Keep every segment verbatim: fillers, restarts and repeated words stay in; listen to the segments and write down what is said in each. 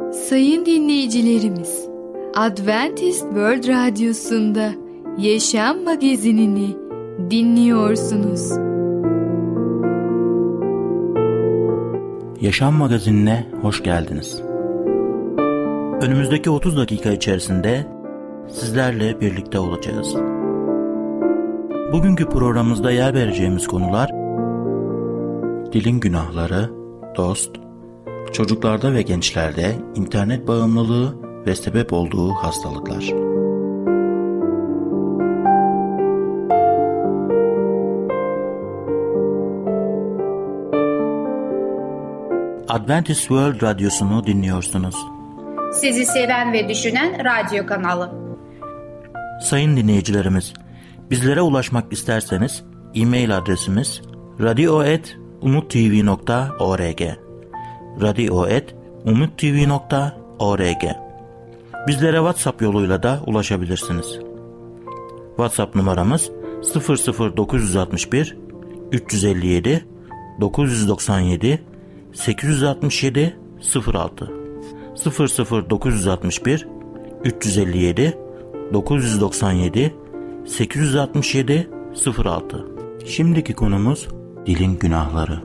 Sayın dinleyicilerimiz, Adventist World Radyosu'nda Yaşam Magazinini dinliyorsunuz. Yaşam Magazinine hoş geldiniz. Önümüzdeki otuz dakika içerisinde sizlerle birlikte olacağız. Bugünkü programımızda yer vereceğimiz konular: dilin günahları, dost, çocuklarda ve gençlerde internet bağımlılığı ve sebep olduğu hastalıklar. Adventist World Radyosu'nu dinliyorsunuz. Sizi seven ve düşünen radyo kanalı. Sayın dinleyicilerimiz, bizlere ulaşmak isterseniz e-mail adresimiz radio et umuttv nokta org radio et umuttv nokta org. Bizlere WhatsApp yoluyla da ulaşabilirsiniz. WhatsApp numaramız sıfır sıfır dokuz altı bir üç yüz elli yedi dokuz yüz doksan yedi sekiz yüz altmış yedi sıfır altı sıfır sıfır dokuz altı bir üç yüz elli yedi dokuz yüz doksan yedi sekiz yüz altmış yedi sıfır altı. Şimdiki konumuz dilin günahları.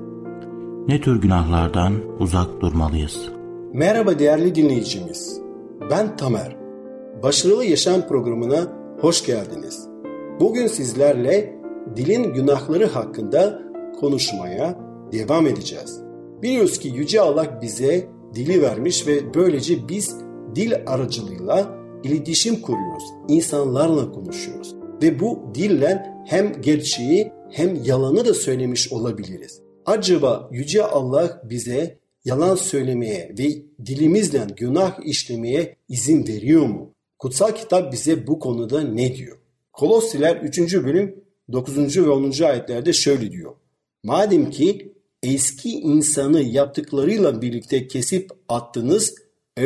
Ne tür günahlardan uzak durmalıyız? Merhaba değerli dinleyicimiz. Ben Tamer. Başarılı Yaşam programına hoş geldiniz. Bugün sizlerle dilin günahları hakkında konuşmaya devam edeceğiz. Biliyoruz ki Yüce Allah bize dili vermiş ve böylece biz dil aracılığıyla iletişim kuruyoruz. İnsanlarla konuşuyoruz. Ve bu dille hem gerçeği hem yalanı da söylemiş olabiliriz. Acaba Yüce Allah bize yalan söylemeye ve dilimizle günah işlemeye izin veriyor mu? Kutsal kitap bize bu konuda ne diyor? Kolosiler üçüncü bölüm dokuzuncu ve onuncu ayetlerde şöyle diyor. Madem ki eski insanı yaptıklarıyla birlikte kesip attınız,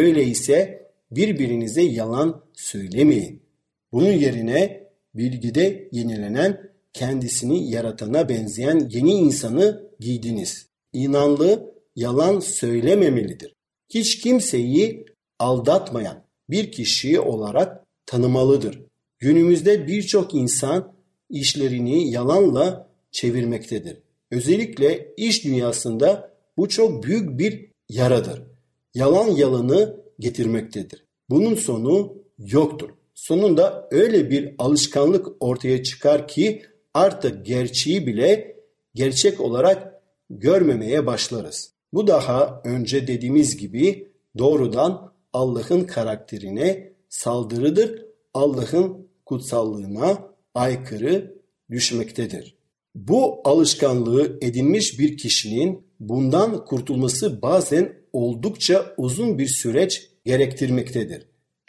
öyleyse birbirinize yalan söylemeyin. Bunun yerine bilgide yenilenen, kendisini yaratana benzeyen yeni insanı giydiniz. İnanlı yalan söylememelidir. Hiç kimseyi aldatmayan bir kişi olarak tanımalıdır. Günümüzde birçok insan işlerini yalanla çevirmektedir. Özellikle iş dünyasında bu çok büyük bir yaradır. Yalan yalanı getirmektedir. Bunun sonu yoktur. Sonunda öyle bir alışkanlık ortaya çıkar ki artık gerçeği bile gerçek olarak görmemeye başlarız. Bu daha önce dediğimiz gibi doğrudan Allah'ın karakterine saldırıdır. Allah'ın kutsallığına aykırı düşmektedir. Bu alışkanlığı edinmiş bir kişinin bundan kurtulması bazen oldukça uzun bir süreç gerektirmektedir.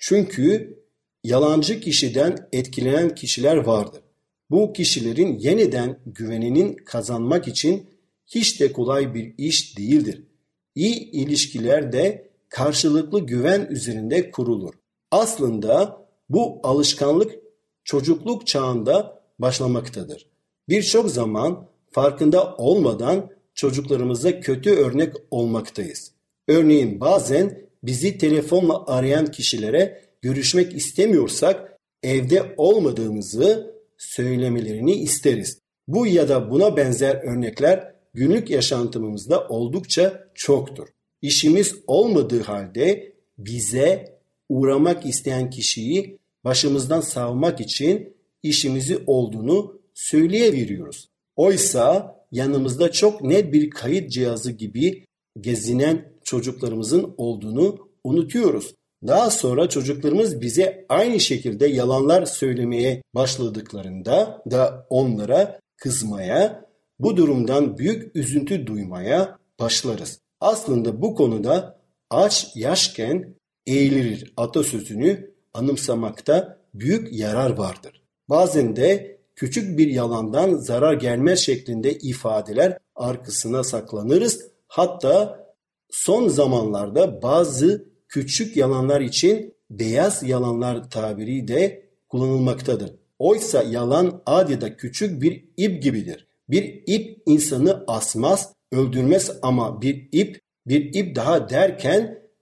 Çünkü yalancı kişiden etkilenen kişiler vardır. Bu kişilerin yeniden güveninin kazanmak için hiç de kolay bir iş değildir. İyi ilişkiler de karşılıklı güven üzerinde kurulur. Aslında bu alışkanlık çocukluk çağında başlamaktadır. Birçok zaman farkında olmadan çocuklarımıza kötü örnek olmaktayız. Örneğin bazen bizi telefonla arayan kişilere görüşmek istemiyorsak evde olmadığımızı söylemelerini isteriz. Bu ya da buna benzer örnekler günlük yaşantımızda oldukça çoktur. İşimiz olmadığı halde bize uğramak isteyen kişiyi başımızdan savmak için işimizi olduğunu söyleyeveriyoruz. Oysa yanımızda çok net bir kayıt cihazı gibi gezinen çocuklarımızın olduğunu unutuyoruz. Daha sonra çocuklarımız bize aynı şekilde yalanlar söylemeye başladıklarında da onlara kızmaya, bu durumdan büyük üzüntü duymaya başlarız. Aslında bu konuda aç yaşken eğilir atasözünü anımsamakta büyük yarar vardır. Bazen de küçük bir yalandan zarar gelmez şeklinde ifadeler arkasına saklanırız. Hatta son zamanlarda bazı küçük yalanlar için beyaz yalanlar tabiri de kullanılmaktadır. Oysa yalan adeta küçük bir ip gibidir. Bir ip insanı asmaz, öldürmez ama bir ip, bir ip daha derken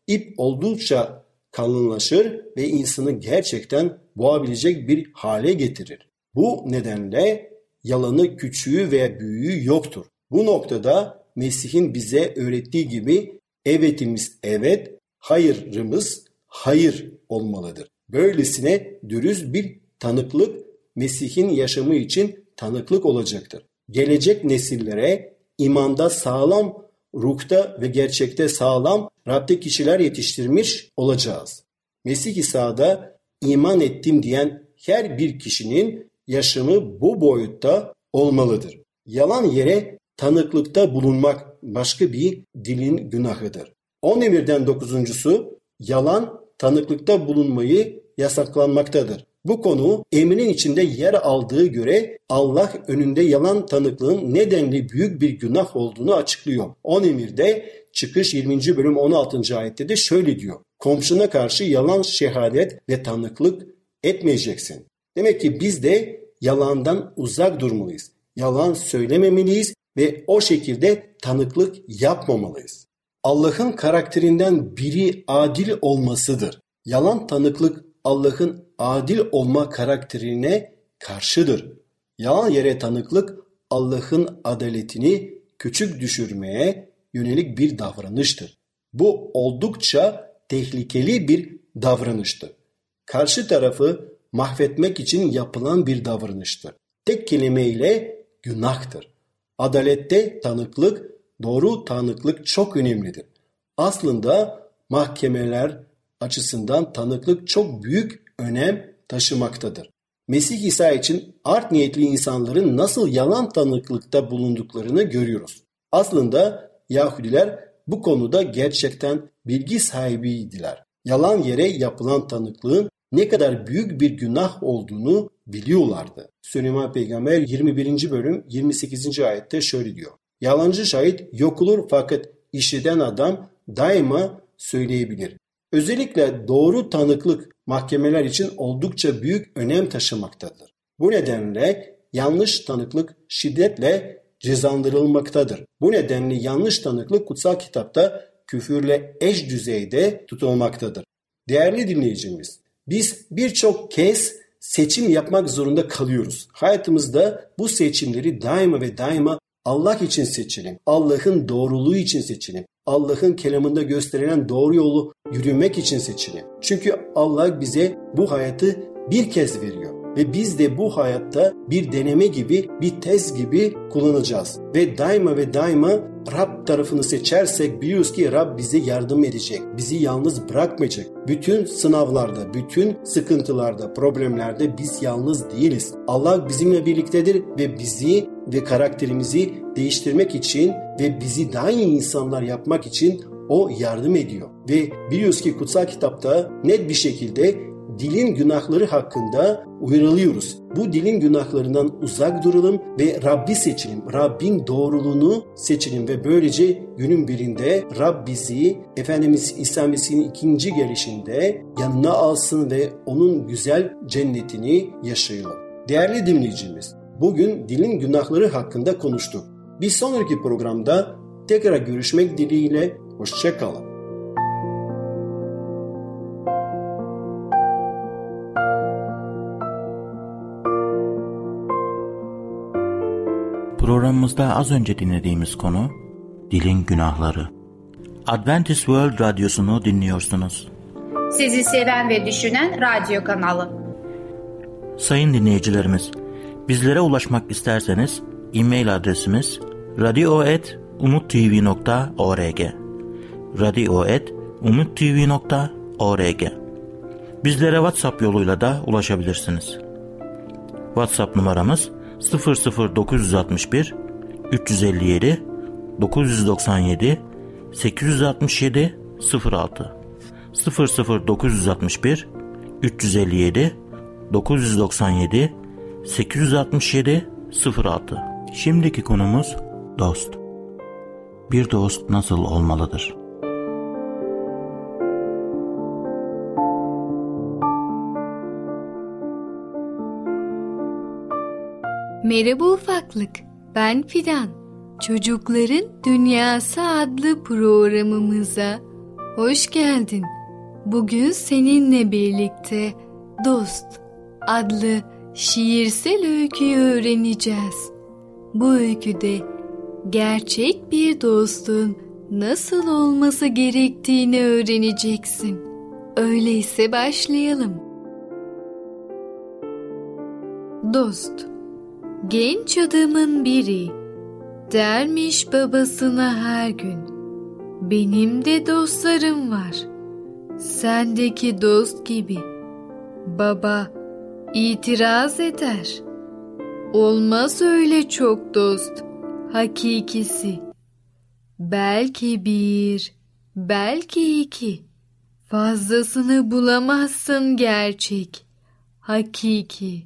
ip oldukça kalınlaşır ve insanı gerçekten boğabilecek bir hale getirir. Bu nedenle yalanı, küçüğü veya büyüğü yoktur. Bu noktada Mesih'in bize öğrettiği gibi evetimiz evet, hayırımız hayır olmalıdır. Böylesine dürüst bir tanıklık Mesih'in yaşamı için tanıklık olacaktır. Gelecek nesillere imanda sağlam, ruhta ve gerçekte sağlam Rab'de kişiler yetiştirmiş olacağız. Mesih İsa'da iman ettim diyen her bir kişinin yaşamı bu boyutta olmalıdır. Yalan yere tanıklıkta bulunmak başka bir dilin günahıdır. On emirden dokuzuncusu yalan tanıklıkta bulunmayı yasaklanmaktadır. Bu konu emrin içinde yer aldığı göre Allah önünde yalan tanıklığın nedenli büyük bir günah olduğunu açıklıyor. On emirde Çıkış yirminci bölüm on altıncı ayette de şöyle diyor. Komşuna karşı yalan şehadet ve tanıklık etmeyeceksin. Demek ki biz de yalandan uzak durmalıyız. Yalan söylememeliyiz ve o şekilde tanıklık yapmamalıyız. Allah'ın karakterinden biri adil olmasıdır. Yalan tanıklık Allah'ın adil olma karakterine karşıdır. Yalan yere tanıklık Allah'ın adaletini küçük düşürmeye yönelik bir davranıştır. Bu oldukça tehlikeli bir davranıştır. Karşı tarafı mahvetmek için yapılan bir davranıştır. Tek kelimeyle günahtır. Adalette tanıklık, doğru tanıklık çok önemlidir. Aslında mahkemeler açısından tanıklık çok büyük önem taşımaktadır. Mesih İsa için art niyetli insanların nasıl yalan tanıklıkta bulunduklarını görüyoruz. Aslında Yahudiler bu konuda gerçekten bilgi sahibiydiler. Yalan yere yapılan tanıklığın ne kadar büyük bir günah olduğunu biliyorlardı. Süleyman Peygamber yirmi birinci bölüm yirmi sekizinci ayette şöyle diyor. Yalancı şahit yok olur fakat işiten adam daima söyleyebilir. Özellikle doğru tanıklık mahkemeler için oldukça büyük önem taşımaktadır. Bu nedenle yanlış tanıklık şiddetle cezalandırılmaktadır. Bu nedenle yanlış tanıklık kutsal kitapta küfürle eş düzeyde tutulmaktadır. Değerli dinleyicimiz, biz birçok kez seçim yapmak zorunda kalıyoruz. Hayatımızda bu seçimleri daima ve daima Allah için seçelim. Allah'ın doğruluğu için seçelim. Allah'ın kelamında gösterilen doğru yolu yürümek için seçelim. Çünkü Allah bize bu hayatı bir kez veriyor. Ve biz de bu hayatta bir deneme gibi, bir test gibi kullanacağız. Ve daima ve daima Rab tarafını seçersek biliyoruz ki Rab bize yardım edecek. Bizi yalnız bırakmayacak. Bütün sınavlarda, bütün sıkıntılarda, problemlerde biz yalnız değiliz. Allah bizimle birliktedir ve bizi ve karakterimizi değiştirmek için ve bizi daha iyi insanlar yapmak için O yardım ediyor. Ve biliyoruz ki kutsal kitapta net bir şekilde dilin günahları hakkında uyarılıyoruz. Bu dilin günahlarından uzak duralım ve Rabbi seçelim. Rabbin doğruluğunu seçelim ve böylece günün birinde Rab bizi Efendimiz İsa Mesih'in ikinci gelişinde yanına alsın ve onun güzel cennetini yaşayalım. Değerli dinleyicimiz, bugün dilin günahları hakkında konuştuk. Bir sonraki programda tekrar görüşmek dileğiyle, hoşça kalın. Programımızda az önce dinlediğimiz konu dilin günahları. Adventist World Radyosu'nu dinliyorsunuz. Sizi seven ve düşünen radyo kanalı. Sayın dinleyicilerimiz, bizlere ulaşmak isterseniz e-mail adresimiz radio at umuttv nokta org radio at umuttv nokta org. Bizlere WhatsApp yoluyla da ulaşabilirsiniz. WhatsApp numaramız sıfır sıfır dokuz altı bir üç yüz elli yedi dokuz yüz doksan yedi sekiz yüz altmış yedi sıfır altı sıfır sıfır dokuz altı bir üç yüz elli yedi dokuz yüz doksan yedi sekiz yüz altmış yedi sıfır altı. Şimdiki konumuz dost. Bir dost nasıl olmalıdır? Merhaba ufaklık, ben Fidan. Çocukların Dünyası adlı programımıza hoş geldin. Bugün seninle birlikte Dost adlı şiirsel öyküyü öğreneceğiz. Bu öyküde gerçek bir dostun nasıl olması gerektiğini öğreneceksin. Öyleyse başlayalım. Dost, genç adamın biri dermiş babasına her gün, benim de dostlarım var, sendeki dost gibi. Baba itiraz eder, olmaz öyle çok dost, hakikisi. Belki bir, belki iki, fazlasını bulamazsın gerçek, hakiki.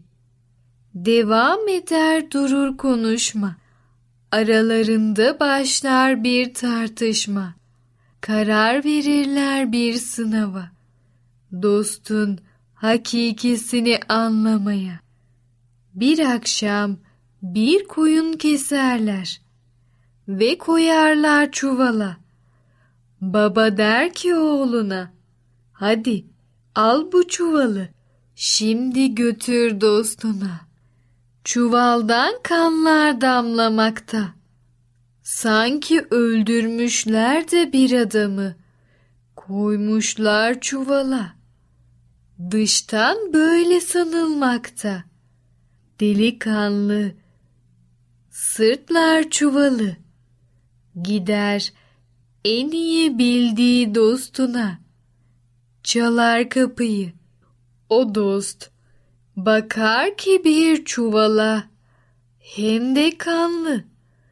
Devam eder durur konuşma, aralarında başlar bir tartışma, karar verirler bir sınava, dostun hakikisini anlamaya. Bir akşam bir koyun keserler ve koyarlar çuvala. Baba der ki oğluna, hadi al bu çuvalı, şimdi götür dostuna. Çuvaldan kanlar damlamakta, sanki öldürmüşler de bir adamı, koymuşlar çuvala. Dıştan böyle sanılmakta, delikanlı sırtlar çuvalı, gider en iyi bildiği dostuna, çalar kapıyı. O dost bakar ki bir çuvala, hem de kanlı,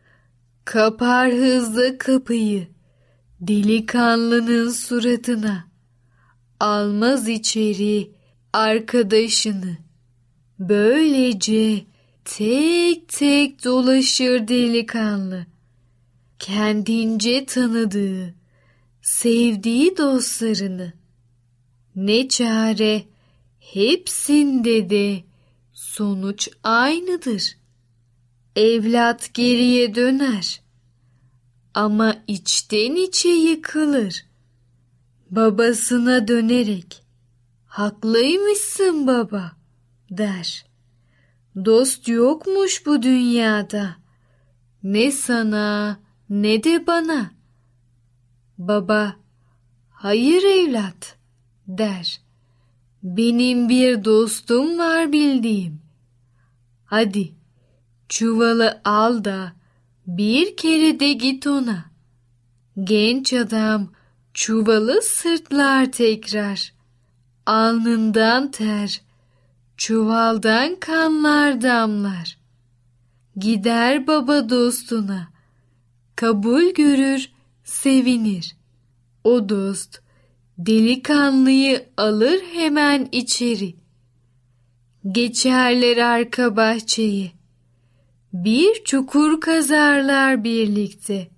kapar hızlı kapıyı delikanlının suratına, almaz içeri arkadaşını. Böylece tek tek dolaşır delikanlı, kendince tanıdığı, sevdiği dostlarını. Ne çare, hepsinde de sonuç aynıdır. Evlat geriye döner ama içten içe yıkılır. Babasına dönerek, haklıymışsın baba der. Dost yokmuş bu dünyada, ne sana ne de bana. Baba, hayır evlat der. Benim bir dostum var bildiğim. Hadi çuvalı al da bir kere de git ona. Genç adam çuvalı sırtlar tekrar. Alnından ter, çuvaldan kanlar damlar. Gider baba dostuna, kabul görür, sevinir. O dost delikanlıyı alır hemen içeri. Geçerler arka bahçeyi, bir çukur kazarlar birlikte.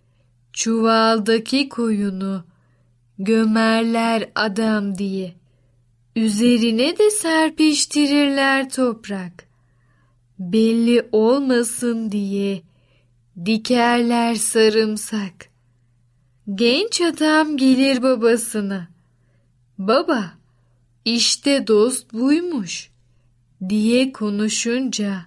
Çuvaldaki koyunu gömerler adam diye. Üzerine de serpiştirirler toprak. Belli olmasın diye dikerler sarımsak. Genç adam gelir babasına. Baba, işte dost buymuş diye konuşunca,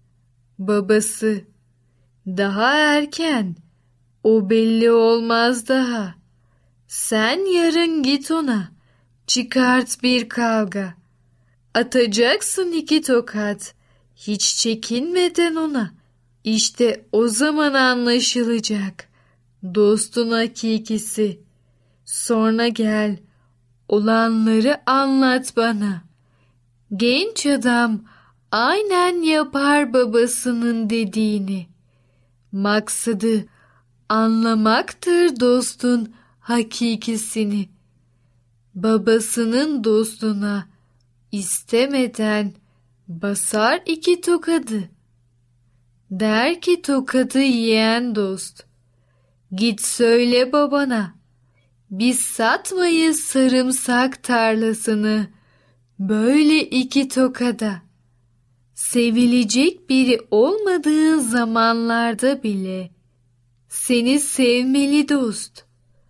babası, daha erken, o belli olmaz daha. Sen yarın git ona, çıkart bir kavga. Atacaksın iki tokat, hiç çekinmeden ona. İşte o zaman anlaşılacak dostun hakikisi. Sonra gel, olanları anlat bana. Genç adam aynen yapar babasının dediğini. Maksadı anlamaktır dostun hakikisini. Babasının dostuna istemeden basar iki tokadı. Der ki tokadı yiyen dost, git söyle babana, biz satmayız sarımsak tarlasını böyle iki tokada. Sevilecek biri olmadığın zamanlarda bile seni sevmeli dost.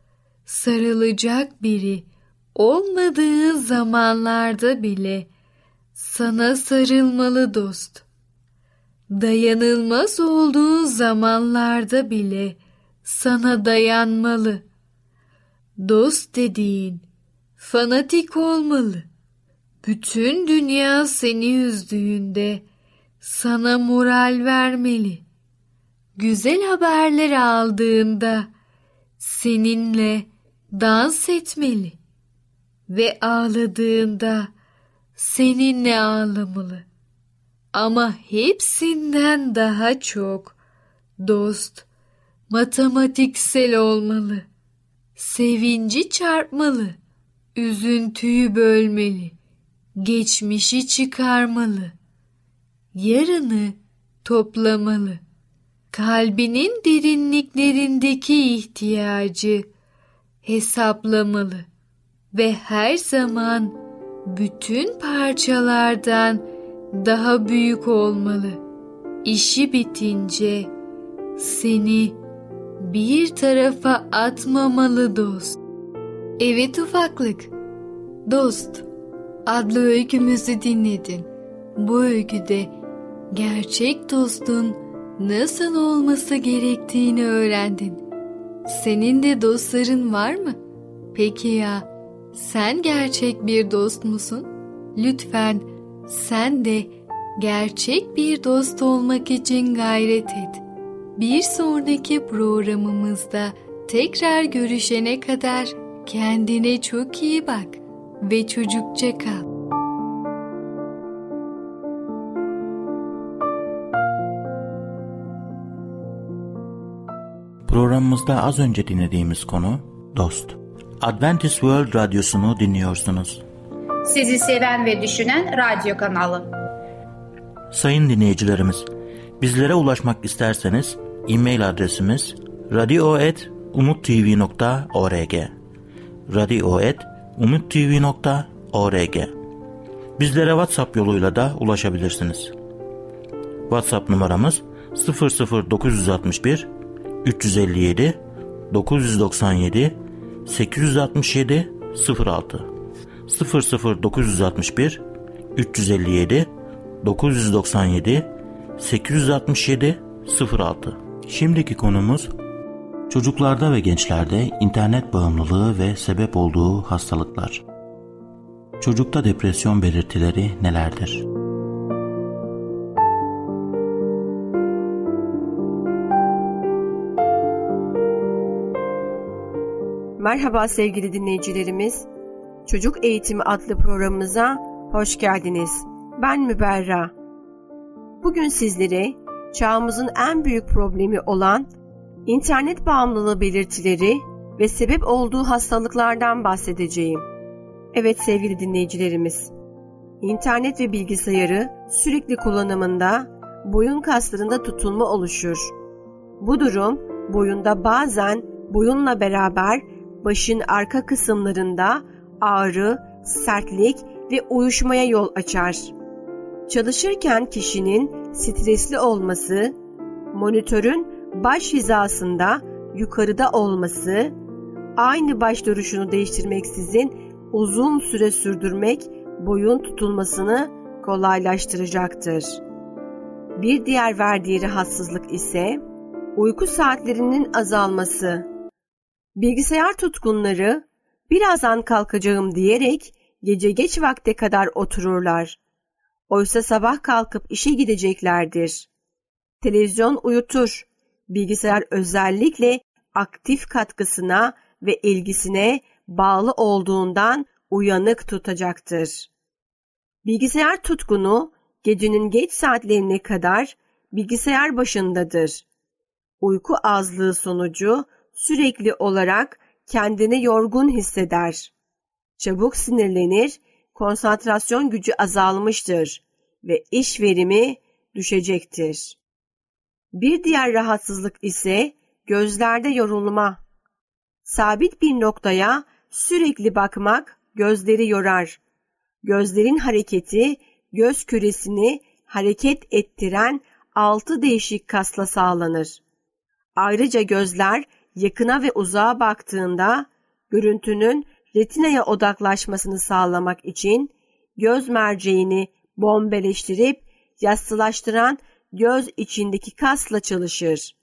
sarılacak biri olmadığı zamanlarda bile sana sarılmalı dost. Dayanılmaz olduğu zamanlarda bile sana dayanmalı. Dost dediğin fanatik olmalı. Bütün dünya seni üzdüğünde sana moral vermeli. Güzel haberler aldığında seninle dans etmeli ve ağladığında seninle ağlamalı. Ama hepsinden daha çok dost matematiksel olmalı. Sevinci çarpmalı, üzüntüyü bölmeli, geçmişi çıkarmalı, yarını toplamalı. Kalbinin derinliklerindeki ihtiyacı hesaplamalı ve her zaman bütün parçalardan daha büyük olmalı. İşi bitince seni bir tarafa atmamalı dost. Evet ufaklık, Dost adlı öykümüzü dinledin. Bu öyküde gerçek dostun nasıl olması gerektiğini öğrendin. Senin de dostların var mı? Peki ya sen gerçek bir dost musun? Lütfen sen de gerçek bir dost olmak için gayret et. Bir sonraki programımızda tekrar görüşene kadar kendine çok iyi bak ve çocukça kal. Programımızda az önce dinlediğimiz konu dost. Adventist World Radyosu'nu dinliyorsunuz. Sizi seven ve düşünen radyo kanalı. Sayın dinleyicilerimiz, bizlere ulaşmak isterseniz e-mail adresimiz radio et umuttv nokta org radio et umuttv nokta org. Bizlere WhatsApp yoluyla da ulaşabilirsiniz. WhatsApp numaramız sıfır sıfır dokuz altı bir üç yüz elli yedi dokuz yüz doksan yedi sekiz yüz altmış yedi sıfır altı sıfır sıfır dokuz altı bir üç yüz elli yedi dokuz yüz doksan yedi sekiz yüz altmış yedi sıfır altı. Şimdiki konumuz çocuklarda ve gençlerde internet bağımlılığı ve sebep olduğu hastalıklar. Çocukta depresyon belirtileri nelerdir? Merhaba sevgili dinleyicilerimiz. Çocuk Eğitimi adlı programımıza hoş geldiniz. Ben Müberra. Bugün sizlere çağımızın en büyük problemi olan internet bağımlılığı belirtileri ve sebep olduğu hastalıklardan bahsedeceğim. Evet sevgili dinleyicilerimiz, internet ve bilgisayarı sürekli kullanımında boyun kaslarında tutulma oluşur. Bu durum boyunda bazen boyunla beraber başın arka kısımlarında ağrı, sertlik ve uyuşmaya yol açar. Çalışırken kişinin stresli olması, monitörün baş hizasında yukarıda olması, aynı baş duruşunu değiştirmeksizin uzun süre sürdürmek boyun tutulmasını kolaylaştıracaktır. Bir diğer verdiği rahatsızlık ise uyku saatlerinin azalması. Bilgisayar tutkunları birazdan kalkacağım diyerek gece geç vakte kadar otururlar. Oysa sabah kalkıp işe gideceklerdir. Televizyon uyutur. Bilgisayar özellikle aktif katkısına ve ilgisine bağlı olduğundan uyanık tutacaktır. Bilgisayar tutkunu gecenin geç saatlerine kadar bilgisayar başındadır. Uyku azlığı sonucu sürekli olarak kendini yorgun hisseder. Çabuk sinirlenir, konsantrasyon gücü azalmıştır ve iş verimi düşecektir. Bir diğer rahatsızlık ise gözlerde yorulma. Sabit bir noktaya sürekli bakmak gözleri yorar. Gözlerin hareketi göz küresini hareket ettiren altı değişik kasla sağlanır. Ayrıca gözler yakına ve uzağa baktığında görüntünün retinaya odaklaşmasını sağlamak için göz merceğini bombeleştirip yassılaştıran göz içindeki kasla çalışır.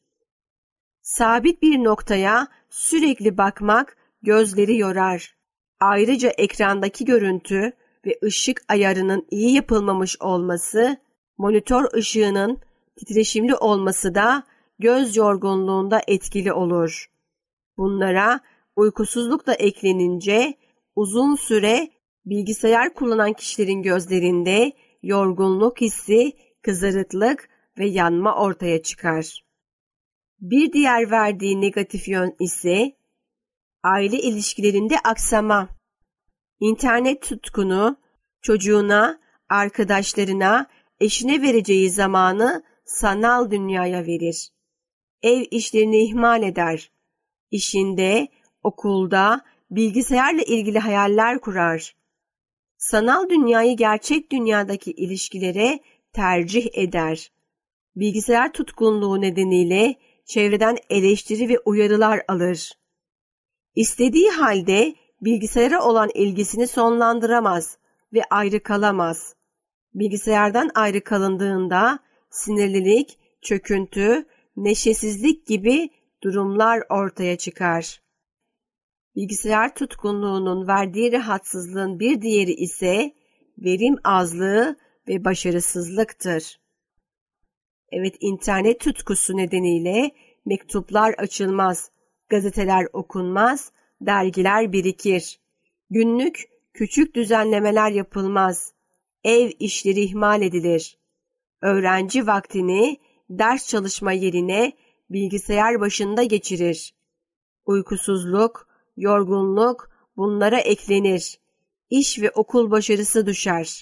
Sabit bir noktaya sürekli bakmak gözleri yorar. Ayrıca ekrandaki görüntü ve ışık ayarının iyi yapılmamış olması, monitör ışığının titreşimli olması da göz yorgunluğunda etkili olur. Bunlara uykusuzluk da eklenince uzun süre bilgisayar kullanan kişilerin gözlerinde yorgunluk hissi, kızarıklık ve yanma ortaya çıkar. Bir diğer verdiği negatif yön ise aile ilişkilerinde aksama. İnternet tutkunu çocuğuna, arkadaşlarına, eşine vereceği zamanı sanal dünyaya verir. Ev işlerini ihmal eder. İşinde, okulda, bilgisayarla ilgili hayaller kurar. Sanal dünyayı gerçek dünyadaki ilişkilere tercih eder. Bilgisayar tutkunluğu nedeniyle çevreden eleştiri ve uyarılar alır. İstediği halde bilgisayara olan ilgisini sonlandıramaz ve ayrı kalamaz. Bilgisayardan ayrı kalındığında sinirlilik, çöküntü, neşesizlik gibi durumlar ortaya çıkar. Bilgisayar tutkunluğunun verdiği rahatsızlığın bir diğeri ise verim azlığı ve başarısızlıktır. Evet, internet tutkusu nedeniyle mektuplar açılmaz, gazeteler okunmaz, dergiler birikir. Günlük küçük düzenlemeler yapılmaz. Ev işleri ihmal edilir. Öğrenci vaktini ders çalışma yerine bilgisayar başında geçirir. Uykusuzluk, yorgunluk bunlara eklenir. İş ve okul başarısı düşer.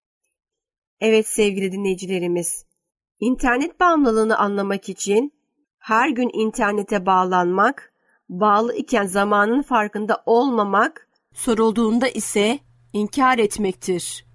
Evet sevgili dinleyicilerimiz, internet bağımlılığını anlamak için her gün internete bağlanmak, bağlı iken zamanın farkında olmamak, sorulduğunda ise inkar etmektir.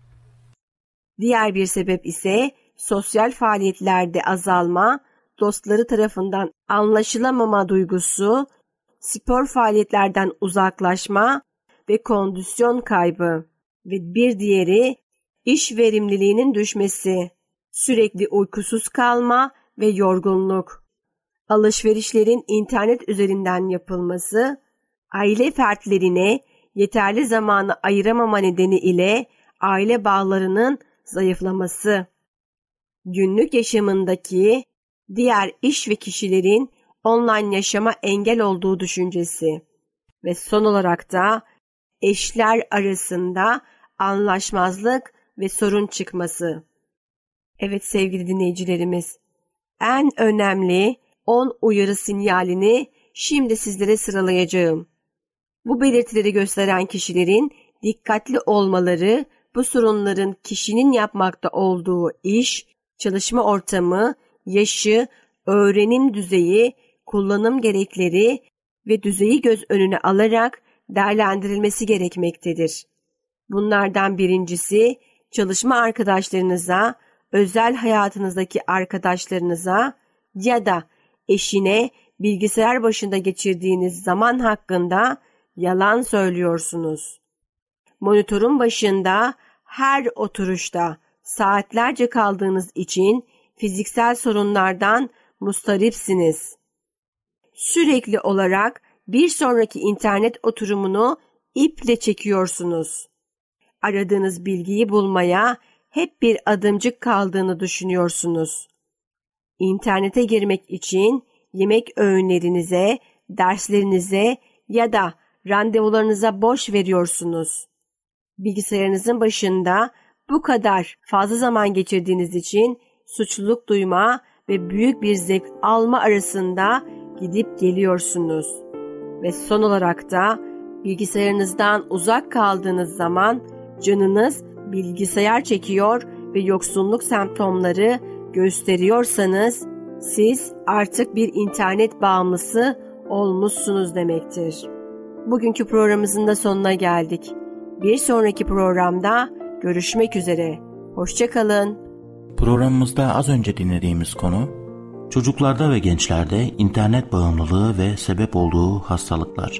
Diğer bir sebep ise sosyal faaliyetlerde azalma, dostları tarafından anlaşılamama duygusu, spor faaliyetlerden uzaklaşma ve kondisyon kaybı ve bir diğeri iş verimliliğinin düşmesi, sürekli uykusuz kalma ve yorgunluk. Alışverişlerin internet üzerinden yapılması, aile fertlerine yeterli zamanı ayıramama nedeni ile aile bağlarının zayıflaması, günlük yaşamındaki diğer iş ve kişilerin online yaşama engel olduğu düşüncesi ve son olarak da eşler arasında anlaşmazlık ve sorun çıkması. Evet sevgili dinleyicilerimiz, en önemli on uyarı sinyalini şimdi sizlere sıralayacağım. Bu belirtileri gösteren kişilerin dikkatli olmaları, bu sorunların kişinin yapmakta olduğu iş, çalışma ortamı, yaşı, öğrenim düzeyi, kullanım gerekleri ve düzeyi göz önüne alarak değerlendirilmesi gerekmektedir. Bunlardan birincisi, çalışma arkadaşlarınıza, özel hayatınızdaki arkadaşlarınıza ya da eşine bilgisayar başında geçirdiğiniz zaman hakkında yalan söylüyorsunuz. Monitörün başında her oturuşta saatlerce kaldığınız için fiziksel sorunlardan mustaripsiniz. Sürekli olarak bir sonraki internet oturumunu iple çekiyorsunuz. Aradığınız bilgiyi bulmaya hep bir adımcık kaldığını düşünüyorsunuz. İnternete girmek için yemek öğünlerinize, derslerinize ya da randevularınıza boş veriyorsunuz. Bilgisayarınızın başında bu kadar fazla zaman geçirdiğiniz için suçluluk duyma ve büyük bir zevk alma arasında gidip geliyorsunuz. Ve son olarak da bilgisayarınızdan uzak kaldığınız zaman canınız bilgisayar çekiyor ve yoksunluk semptomları gösteriyorsanız siz artık bir internet bağımlısı olmuşsunuz demektir. Bugünkü programımızın da sonuna geldik. Bir sonraki programda görüşmek üzere. Hoşça kalın. Programımızda az önce dinlediğimiz konu, çocuklarda ve gençlerde internet bağımlılığı ve sebep olduğu hastalıklar.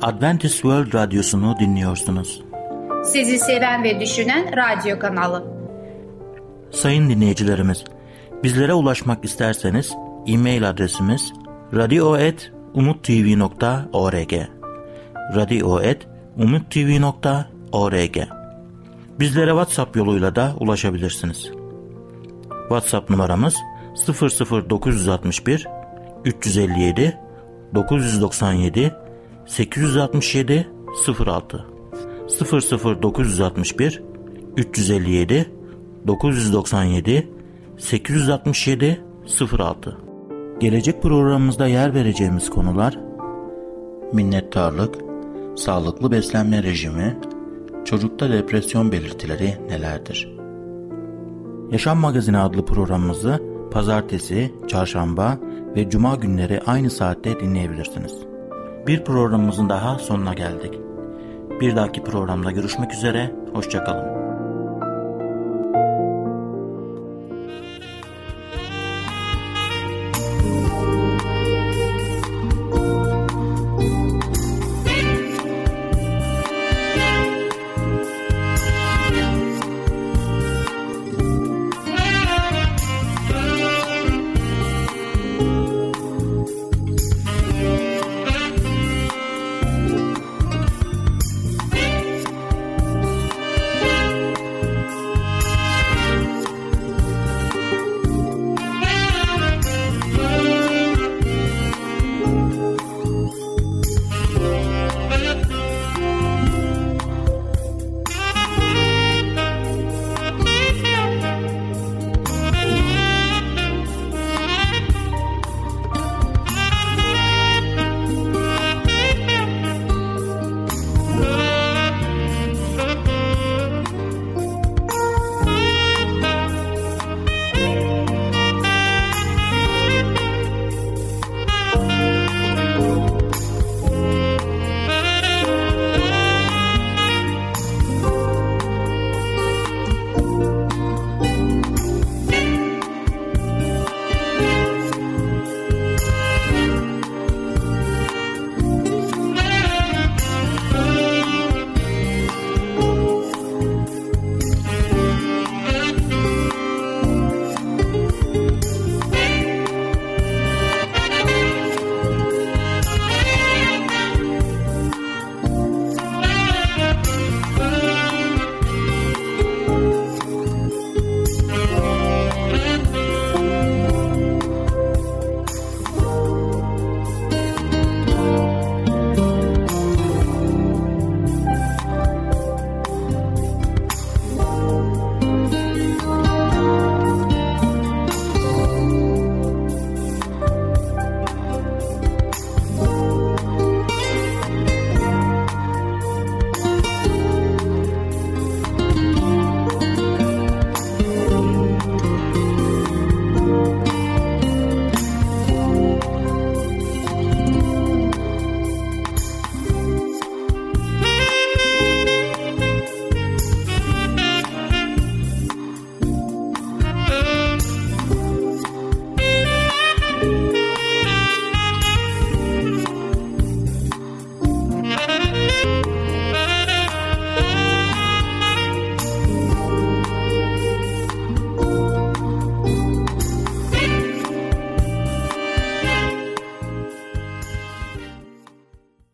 Adventist World Radyosu'nu dinliyorsunuz. Sizi seven ve düşünen radyo kanalı. Sayın dinleyicilerimiz, bizlere ulaşmak isterseniz e-mail adresimiz radio et umuttv nokta org radio et umuttv nokta org. Bizlere WhatsApp yoluyla da ulaşabilirsiniz. WhatsApp numaramız sıfır sıfır dokuz altı bir üç yüz elli yedi dokuz yüz doksan yedi sekiz yüz altmış yedi sıfır altı sıfır sıfır dokuz altı bir üç yüz elli yedi dokuz yüz doksan yedi sekiz yüz altmış yedi sıfır altı. Gelecek programımızda yer vereceğimiz konular: minnettarlık, sağlıklı beslenme rejimi, çocukta depresyon belirtileri nelerdir? Yaşam Magazini adlı programımızı pazartesi, çarşamba ve cuma günleri aynı saatte dinleyebilirsiniz. Bir programımızın daha sonuna geldik. Bir dahaki programda görüşmek üzere, hoşça kalın.